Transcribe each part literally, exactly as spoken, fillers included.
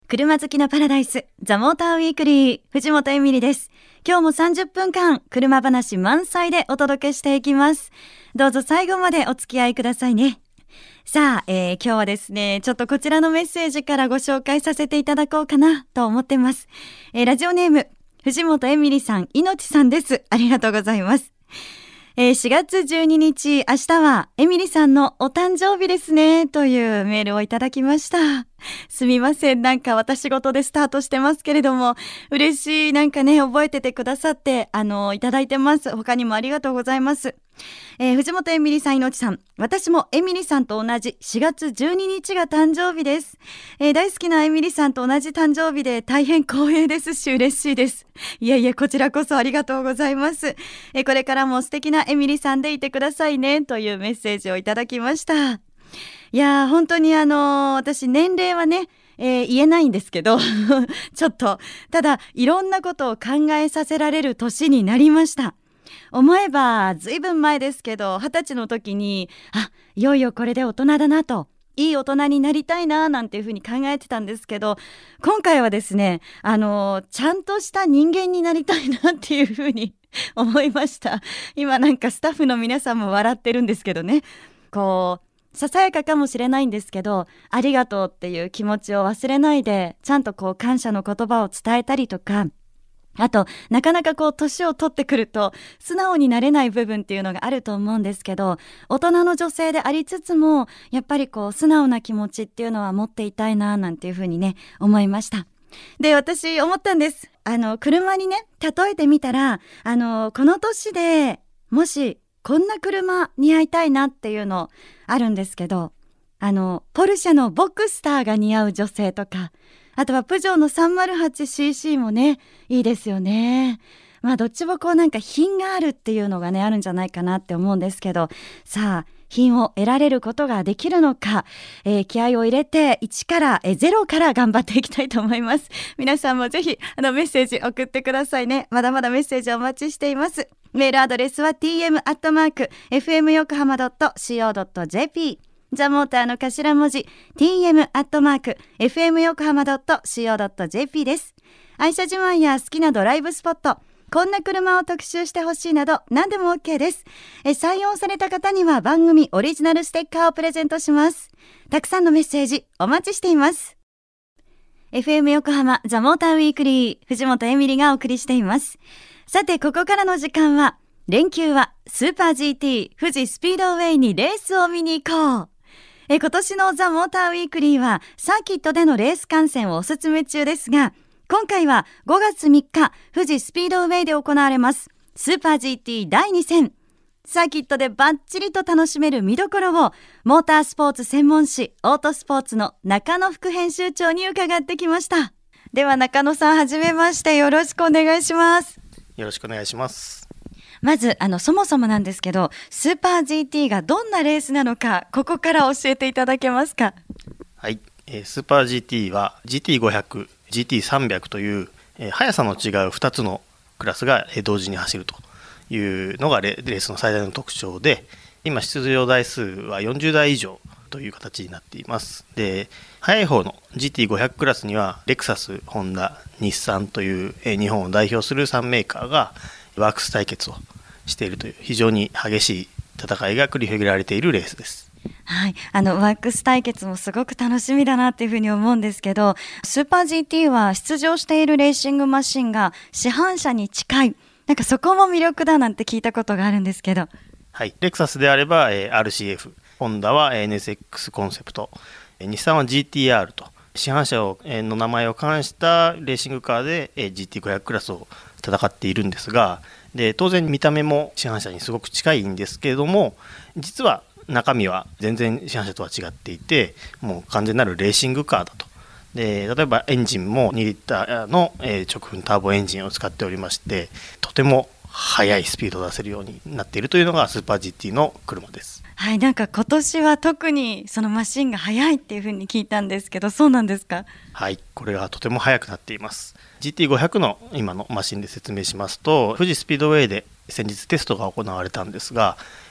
車好きのパラダイス、ザ・モーターウィークリー、藤本エミリです。今日もさんじゅっぷんかん、車話満載でお届けしていきます。どうぞ最後までお付き合いくださいね。さあ、えー、今日はですね、ちょっとこちらのメッセージからご紹介させていただこうかなと思ってます。えー、ラジオネーム、藤本エミリさん、いのちさんです。ありがとうございます。えー、しがつじゅうににち、明日はエミリさんのお誕生日ですねというメールをいただきました。すみません、なんか私事でスタートしてますけれども、嬉しい、なんかね、覚えててくださってあのいただいてます。他にもありがとうございます。えー、藤本エミリさん、いのちさん、私もエミリさんと同じしがつじゅうににちが誕生日です。えー、大好きなエミリさんと同じ誕生日で大変光栄ですし嬉しいです。いやいや、こちらこそありがとうございます。えー、これからも素敵なエミリさんでいてくださいねというメッセージをいただきました。いやー、本当にあのー、私年齢はね、えー、言えないんですけどちょっとただいろんなことを考えさせられる年になりました。思えばずいぶん前ですけど、二十歳の時にあいよいよこれで大人だなと、いい大人になりたいななんていうふうに考えてたんですけど、今回はですね、あのちゃんとした人間になりたいなっていうふうに思いました。今なんかスタッフの皆さんも笑ってるんですけどね、こうささやかかもしれないんですけど、ありがとうっていう気持ちを忘れないで、ちゃんとこう感謝の言葉を伝えたりとか、あとなかなかこう年を取ってくると素直になれない部分っていうのがあると思うんですけど、大人の女性でありつつもやっぱりこう素直な気持ちっていうのは持っていたいななんていうふうにね思いました。で、私思ったんです。あの車にね例えてみたら、あのこの年でもしこんな車似合いたいなっていうのあるんですけど、あのポルシェのボクスターが似合う女性とか、あとはプジョーの さんまるはちシーシー もねいいですよね。まあどっちもこうなんか品があるっていうのがねあるんじゃないかなって思うんですけど、さあ品を得られることができるのか、えー、気合を入れていちからえゼロから頑張っていきたいと思います。皆さんもぜひあのメッセージ送ってくださいね。まだまだメッセージお待ちしています。メールアドレスは ティーエム アットマーク エフエム 横浜 ドット シーオー ドット ジェーピー、ザ・モーターの頭文字 ティーエム アットマーク エフエム 横浜 ドット シーオー ドット ジェーピー です。愛車自慢や好きなドライブスポット、こんな車を特集してほしいなど何でも OK です。え採用された方には番組オリジナルステッカーをプレゼントします。たくさんのメッセージお待ちしています。 エフエム 横浜ザ・モーターウィークリー、藤本エミリがお送りしています。さて、ここからの時間は連休はスーパー ジーティー 富士スピードウェイにレースを見に行こう。え今年のザ・モーターウィークリーはサーキットでのレース観戦をお勧め中ですが、今回はごがつみっか富士スピードウェイで行われますスーパー ジーティー だいに戦、サーキットでバッチリと楽しめる見どころをモータースポーツ専門誌オートスポーツの中野副編集長に伺ってきました。では中野さん、はじめまして、よろしくお願いします。 よろしくお願いします。 まずあのそもそもなんですけど、スーパー ジーティー がどんなレースなのか、ここから教えていただけますか。 はい、えー、スーパー ジーティー は ジーティーごひゃく、ジーティーさんびゃく という、えー、速さの違うふたつのクラスが、えー、同時に走るというのがレ, レースの最大の特徴で、今出場台数はよんじゅうだい以上という形になっています。で、速い方の ジーティーごひゃく クラスにはレクサス、ホンダ、日産という、えー、日本を代表するさんメーカーがワークス対決をしているという非常に激しい戦いが繰り広げられているレースです。 はい、あのワークス対決もすごく楽しみだなっていうふうに思うんですけど、スーパー ジーティー は出場しているレーシングマシンが市販車に近い、なんかそこも魅力だなんて聞いたことがあるんですけど。 はい、レクサスであれば、えー、アールシーエフ、ホンダは エヌエスエックス コンセプト、日産は ジーティーアール と市販車を、えー、の名前を冠したレーシングカーで、えー、ジーティーごひゃく クラスを戦っているんですが、で当然見た目も市販車にすごく近いんですけれども、実は中身は全然市販車とは違っていて、もう完全なるレーシングカーだと。で例えばエンジンもにリッターの、えー、直噴ターボエンジンを使っておりまして、とても速いスピードを出せるようになっているというのがスーパー ジーティー の車です。 はい、なんか今年は特にそのマシンが速いっていうふうに聞いたんですけど、そうなんですか。 はい、これがとても速くなっています。 ジーティーごひゃく の今のマシンで説明しますと、富士スピードウェイで先日テストが行われたんですが、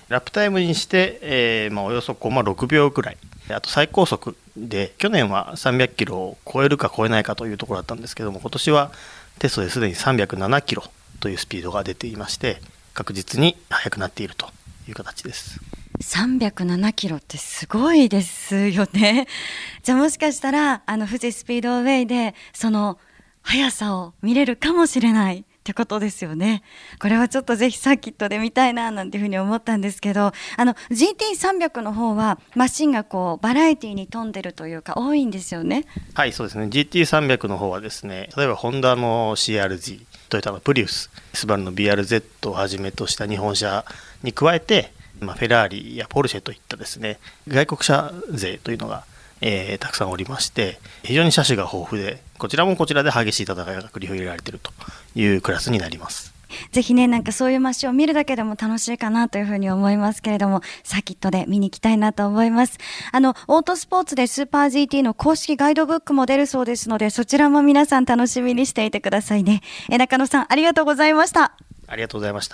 ラップタイムにして、えーまあ、およそごろくびょうくらい、あと最高速で去年はさんびゃくキロを超えるか超えないかというところだったんですけども、今年はテストですでにさんびゃくななキロというスピードが出ていまして、確実に速くなっているという形です。 さんびゃくななキロってすごいですよね。じゃあもしかしたらあの富士スピードウェイでその速さを見れるかもしれないってことですよね。これはちょっとぜひサーキットで見たいななんていうふうに思ったんですけど、あの ジーティーさんびゃく の方はマシンがこうバラエティに富んでるというか多いんですよね。 はい、そうですね。 ジーティーさんびゃく の方はですね、例えばホンダの シーアールジー、トヨタのプリウス、スバルの ビーアールゼット をはじめとした日本車に加えて、まあ、フェラーリやポルシェといったですね、外国車勢というのが、えー、たくさんおりまして、非常に車種が豊富で、こちらもこちらで激しい戦いが繰り広げられているというクラスになります。 ぜひね、なんかそういうマシンを見るだけでも楽しいかなというふうに思いますけれども、サーキットで見に行きたいなと思います。あのオートスポーツでスーパー ジーティー の公式ガイドブックも出るそうですので、そちらも皆さん楽しみにしていてくださいね。え中野さん、ありがとうございました。 ありがとうございました。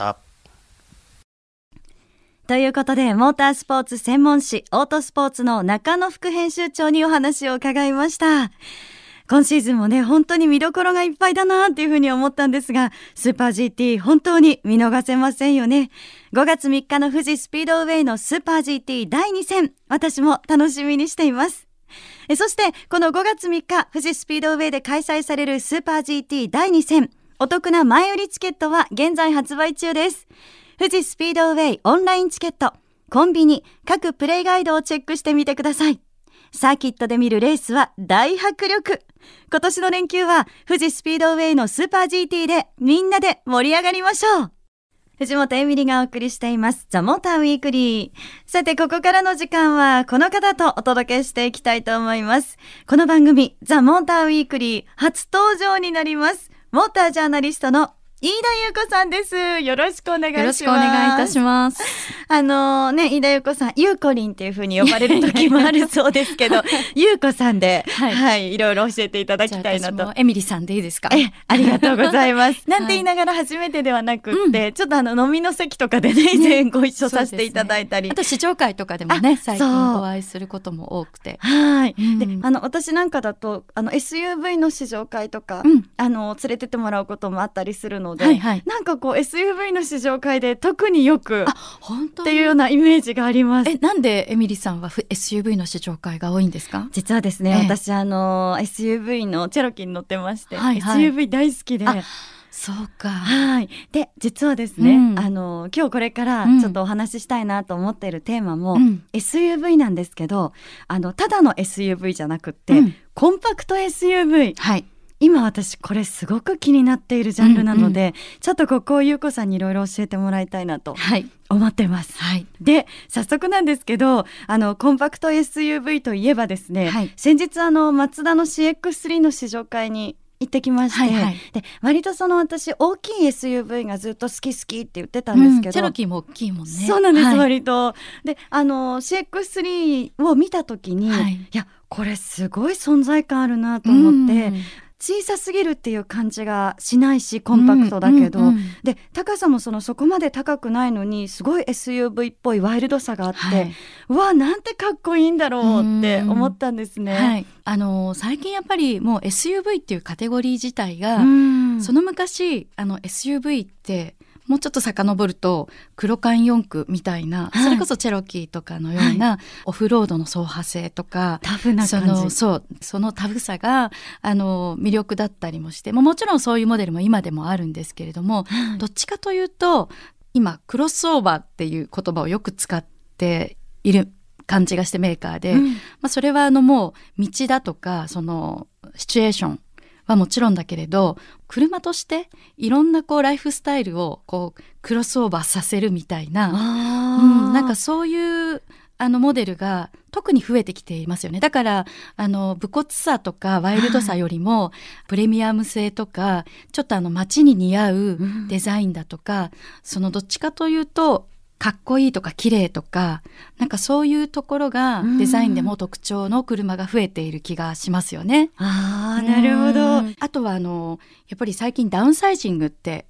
ということで、モータースポーツ専門誌オートスポーツの中野副編集長にお話を伺いました。今シーズンもね、本当に見どころがいっぱいだなっていうふうに思ったんですが、スーパー ジーティー 本当に見逃せませんよね。ごがつみっかの富士スピードウェイのスーパー ジーティーだいに戦、私も楽しみにしています。えそしてこのごがつみっか富士スピードウェイで開催されるスーパー ジーティーだいに戦、お得な前売りチケットは現在発売中です。富士スピードウェイオンラインチケット、コンビニ、各プレイガイドをチェックしてみてください。サーキットで見るレースは大迫力。今年の連休は富士スピードウェイのスーパー ジーティー でみんなで盛り上がりましょう。藤本エミリがお送りしていますザ・モーターウィークリー。さて、ここからの時間はこの方とお届けしていきたいと思います。この番組ザ・モーターウィークリー初登場になりますモータージャーナリストの飯田優子さんです。よろしくお願いします。 よろしくお願いいたします。 あのね、飯田優子さん、ゆうこりんっていう風に呼ばれる時もあるそうですけど、優子さんで、はい、はい、いろいろ教えていただきたいなと。 じゃあ私もエミリさんでいいですか？ え、ありがとうございます。なんて言いながら初めてではなくって、うん、ちょっとあの飲みの席とかでね、以前ご一緒させていただいたり、 ね、あと試乗会とかでもね、最近お会いすることも多くて、 はい、うん、で、あの私なんかだとあの エスユーブイ の試乗会とか、うん、あの連れてってもらうこともあったりするので、はいはい、なんかこう エスユーブイ の試乗会で特によくっていうようなイメージがあります。 え、なんでエミリさんは エスユーブイ の試乗会が多いんですか？ 実はですね、ええ、私あの エスユーブイ のチェロキーに乗ってまして、はいはい、エスユーブイ 大好きで。 そうか。 はい。で、実はですね、うん、あの今日これからちょっとお話ししたいなと思っているテーマも、うん、エスユーブイ なんですけど、あのただの エスユーブイ じゃなくって、うん、コンパクト エスユーブイ、はい、今私これすごく気になっているジャンルなので、うんうん、ちょっとここを優子さんにいろいろ教えてもらいたいなと思ってます、はい、で早速なんですけど、あのコンパクト エスユーブイ といえばですね、はい、先日あのマツダの シーエックススリー の試乗会に行ってきまして、はいはい、で割とその私大きい エスユーブイ がずっと好き好きって言ってたんですけど、うん、 チェロキーも大きいもんね。 そうなんです、はい、割とであの シーエックススリー を見た時に、はい、いやこれすごい存在感あるなと思って、うん、小さすぎるっていう感じがしないしコンパクトだけど、うんうんうん、で高さもそのそこまで高くないのにすごい エスユーブイ っぽいワイルドさがあって、はい、うわなんてかっこいいんだろうって思ったんですね、はい、 あの最近やっぱりもう エスユーブイ っていうカテゴリー自体が、うん、その昔あの エスユーブイ ってもうちょっと遡ると黒缶よん区みたいな、はい、それこそチェロキーとかのような、はい、オフロードの走破性とかタフな感じ、 その、そう、そのタフさがあの魅力だったりもして、も, もちろんそういうモデルも今でもあるんですけれども、はい、どっちかというと今クロスオーバーっていう言葉をよく使っている感じがしてメーカーで、うん、まあ、それはあのもう道だとかそのシチュエーションはもちろんだけれど、車としていろんなこうライフスタイルをこうクロスオーバーさせるみたいな、うん、なんかそういうあのモデルが特に増えてきていますよね。だからあの武骨さとかワイルドさよりも、はい、プレミアム性とかちょっとあの街に似合うデザインだとか、うん、そのどっちかというとかっこいいとか綺麗とか、なんかそういうところがデザインでも特徴の車が増えている気がしますよね。 あー、なるほど。 あとはあのやっぱり最近ダウンサイジングって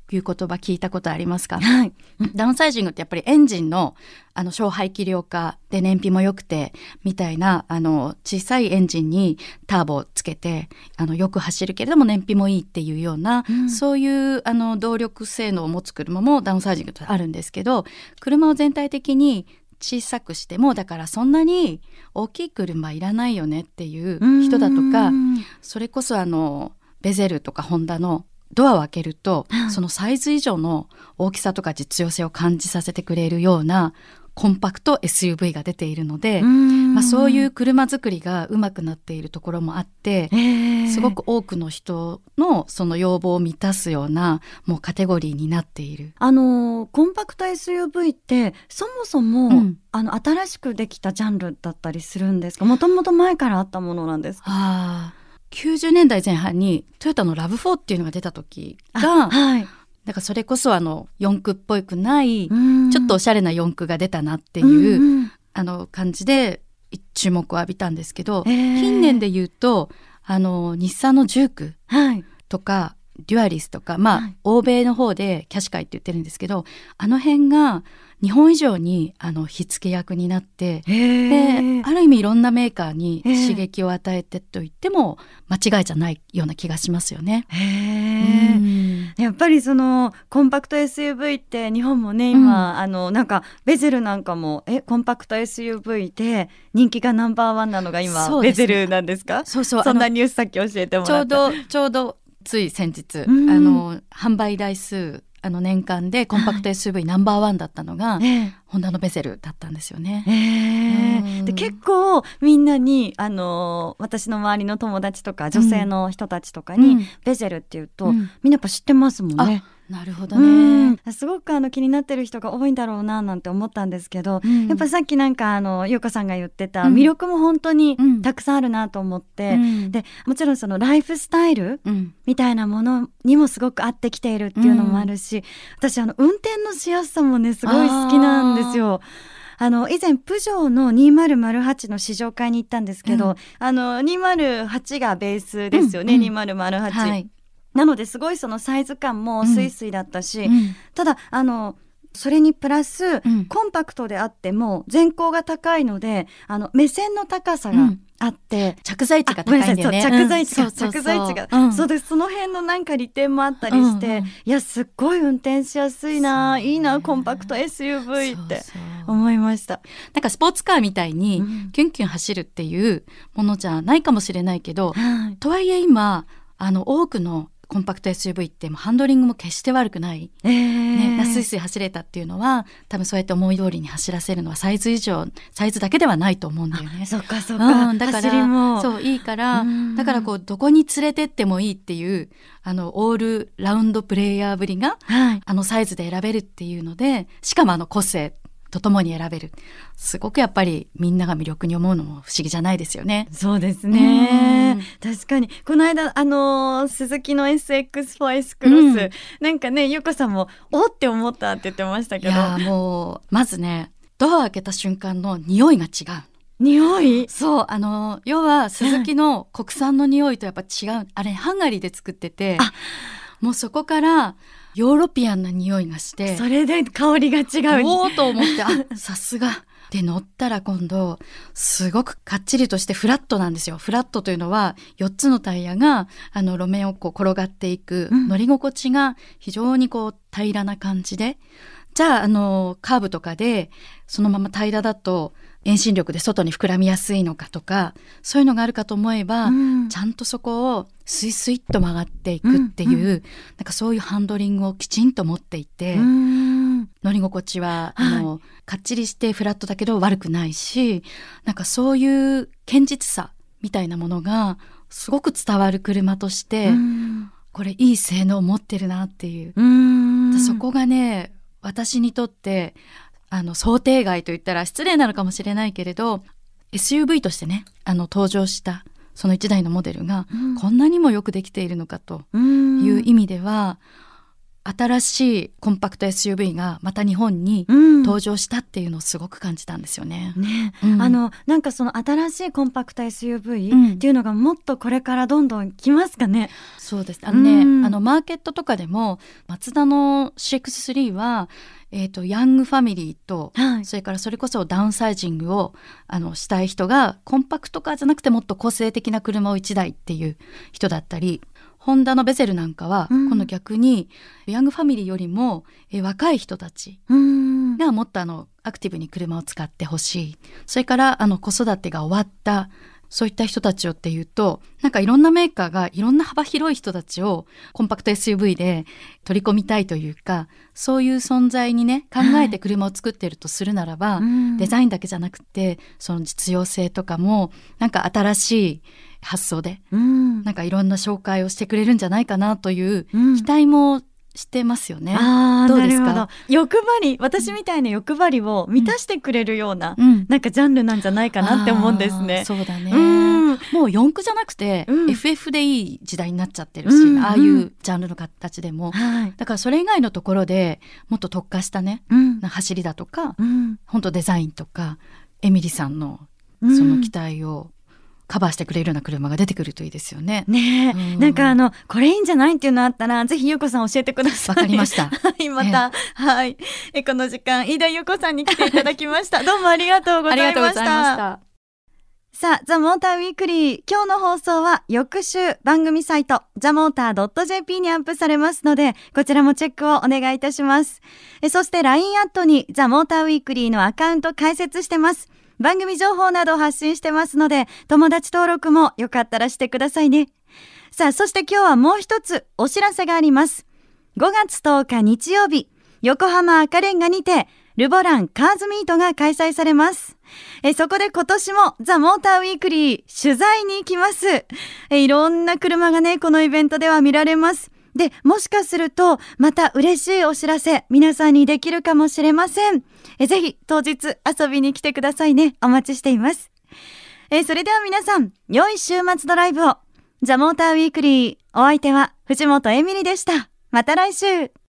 いう言葉聞いたことありますか？ はい、 ダウンサイジングってやっぱりエンジンのあの小排気量化で燃費も良くてみたいな、あの小さいエンジンにターボをつけてあのよく走るけれども燃費もいいっていうような、うん、そういうあの動力性能を持つ車もダウンサイジングとあるんですけど、車を全体的に小さくしてもだからそんなに大きい車いらないよねっていう人だとか、それこそあのベゼルとかホンダのドアを開けると、うん、そのサイズ以上の大きさとか実用性を感じさせてくれるようなコンパクト エスユーブイ が出ているので、まあ、そういう車作りがうまくなっているところもあって、すごく多くの人のその要望を満たすようなもうカテゴリーになっている。 あのコンパクト エスユーブイ ってそもそも、うん、あの新しくできたジャンルだったりするんですか？もともと前からあったものなんですか？ あきゅうじゅうねんだいぜん半にトヨタのラブフォーっていうのが出た時が、はい、だからそれこそあの四駆っぽくないちょっとおしゃれな四駆が出たなっていう、うんうん、あの感じで注目を浴びたんですけど、えー、近年で言うとあの日産のジュークとか、はい、デュアリスとか、まあ、はい、欧米の方でキャシカイって言ってるんですけど、あの辺が日本以上にあの火付け役になって、である意味いろんなメーカーに刺激を与えてと言っても間違いじゃないような気がしますよね。 へー、うん、やっぱりそのコンパクト エスユーブイ って日本もね今、うん、あのなんかベゼルなんかもえコンパクト エスユーブイ で人気がナンバーワンなのが今、ね、ベゼルなんですか？そうそう、そんなニュースさっき教えてもらった。 ちょうどちょうどつい先日、うん、あの販売台数あの年間でコンパクト エスユーブイ ナンバーワンだったのが、はい、ホンダのベゼルだったんですよね。 えー、で結構みんなにあの私の周りの友達とか女性の人たちとかに、うん、ベゼルっていうと、うん、みんなやっぱ知ってますもんね。 なるほどね。 すごくあの気になってる人が多いんだろうななんて思ったんですけど、うん、やっぱさっきなんかあの優子さんが言ってた魅力も本当にたくさんあるなと思って、うん、でもちろんそのライフスタイルみたいなものにもすごく合ってきているっていうのもあるし、うん、私あの運転のしやすさもねすごい好きなんですよ。あの以前プジョーのにせんはちの試乗会に行ったんですけど、うん、あのにせんはちがベースですよね、うんうん、にせんはち、はい、なのですごいそのサイズ感もスイスイだったし、うん、ただあのそれにプラス、うん、コンパクトであっても全高が高いのであの目線の高さがあって、うん、 着座位置が高いんだよね。 着座位置が、うん、着座位置が、うん、そうです。その辺のなんか利点もあったりして、うんうん、いやすっごい運転しやすいな、ね、いいなコンパクト エスユーブイ って思いました。 なんかスポーツカーみたいにキュンキュン走るっていうものじゃないかもしれないけど、うん、とはいえ今あの多くのコンパクト エスユーブイ ってもハンドリングも決して悪くない、えーね、スイスイ走れたっていうのは多分そうやって思い通りに走らせるのはサイズ以上サイズだけではないと思うんだよね。 そっかそっか、 うん、だから走りもそういいからだからこうどこに連れてってもいいっていうあのオールラウンドプレイヤーぶりが、はい、あのサイズで選べるっていうのでしかもあの個性とともに選べるすごくやっぱりみんなが魅力に思うのも不思議じゃないですよね。 そうですね、確かにこの間あのー、鈴木の エスエックスフォーエス クロス、うん、なんかねゆうこさんもおって思ったって言ってましたけど、いやもうまずねドアを開けた瞬間の匂いが違う。 匂いそうあの要は鈴木の国産の匂いとやっぱ違うあれハンガリーで作っててもうそこからヨーロピアンな匂いがしてそれで香りが違うおーと思ってあさすがで乗ったら今度すごくかっちりとしてフラットなんですよ。フラットというのはよっつのタイヤがあの路面をこう転がっていく、うん、乗り心地が非常にこう平らな感じでじゃああのカーブとかでそのまま平らだと遠心力で外に膨らみやすいのかとかそういうのがあるかと思えば、うん、ちゃんとそこをスイスイっと曲がっていくっていう、うんうん、なんかそういうハンドリングをきちんと持っていて、うん、乗り心地は、はい、あのかっちりしてフラットだけど悪くないしなんかそういう堅実さみたいなものがすごく伝わる車として、うん、これいい性能を持ってるなっていう、うん、そこがね私にとってあの想定外と言ったら失礼なのかもしれないけれど エスユーブイ としてねあの登場したそのいちだいのモデルがこんなにもよくできているのかという意味では、 新しいコンパクト エスユーブイ がまた日本に登場したっていうのをすごく感じたんですよね。 ね、 うん、 あのなんかその新しいコンパクト エスユーブイ っていうのがもっとこれからどんどん来ますかね。 そうです。あのね、うん、あのマーケットとかでもマツダの シーエックススリー はえーと、ヤングファミリーと、はい、それからそれこそダウンサイジングをあのしたい人がコンパクトカーじゃなくてもっと個性的な車をいちだいっていう人だったり、ホンダのベゼルなんかは、うん、今度逆にヤングファミリーよりもえ若い人たちがもっとあのアクティブに車を使ってほしい。それからあの子育てが終わったそういった人たちをっていうと、なんかいろんなメーカーがいろんな幅広い人たちをコンパクト エスユーブイ で取り込みたいというか、そういう存在にね考えて車を作っているとするならば、はい、デザインだけじゃなくてその実用性とかもなんか新しい発想で、うん、なんかいろんな紹介をしてくれるんじゃないかなという期待もしてますよね。うん、あどうですか。欲張り、私みたいな欲張りを満たしてくれるような、うん、なんかジャンルなんじゃないかなって思うんですね。 そうだね、うん、もう四駆じゃなくて、うん、エフエフ でいい時代になっちゃってるし、うん、ああいうジャンルの形でも、うん、だからそれ以外のところでもっと特化したね、うん、走りだとか、うん、本当デザインとかエミリさんのその期待をカバーしてくれるような車が出てくるといいですよね。 ねえ、うん、なんかあのこれいいんじゃないっていうのあったらぜひゆうこさん教えてください。 わかりました。 はいまた、えー、はいえこの時間飯田ゆうこさんに来ていただきました。どうもありがとうございました。ありがとうございました。さあザ・モーターウィークリー、今日の放送は翌週番組サイトザモーター .jp にアップされますので、こちらもチェックをお願いいたします。えそして ライン アットにザ・モーターウィークリーのアカウント開設してます。番組情報など発信してますので、友達登録もよかったらしてくださいね。さあ、そして今日はもう一つお知らせがあります。ごがつとおか日曜日、横浜赤レンガにて、ルボランカーズミートが開催されます。えそこで今年もザ・モーターウィークリー取材に行きます。えいろんな車がね、このイベントでは見られます。で、もしかするとまた嬉しいお知らせ皆さんにできるかもしれません。えぜひ当日遊びに来てくださいね。お待ちしています。えそれでは皆さん良い週末ドライブを。ザ・モーターウィークリー、お相手は藤本エミリでした。また来週。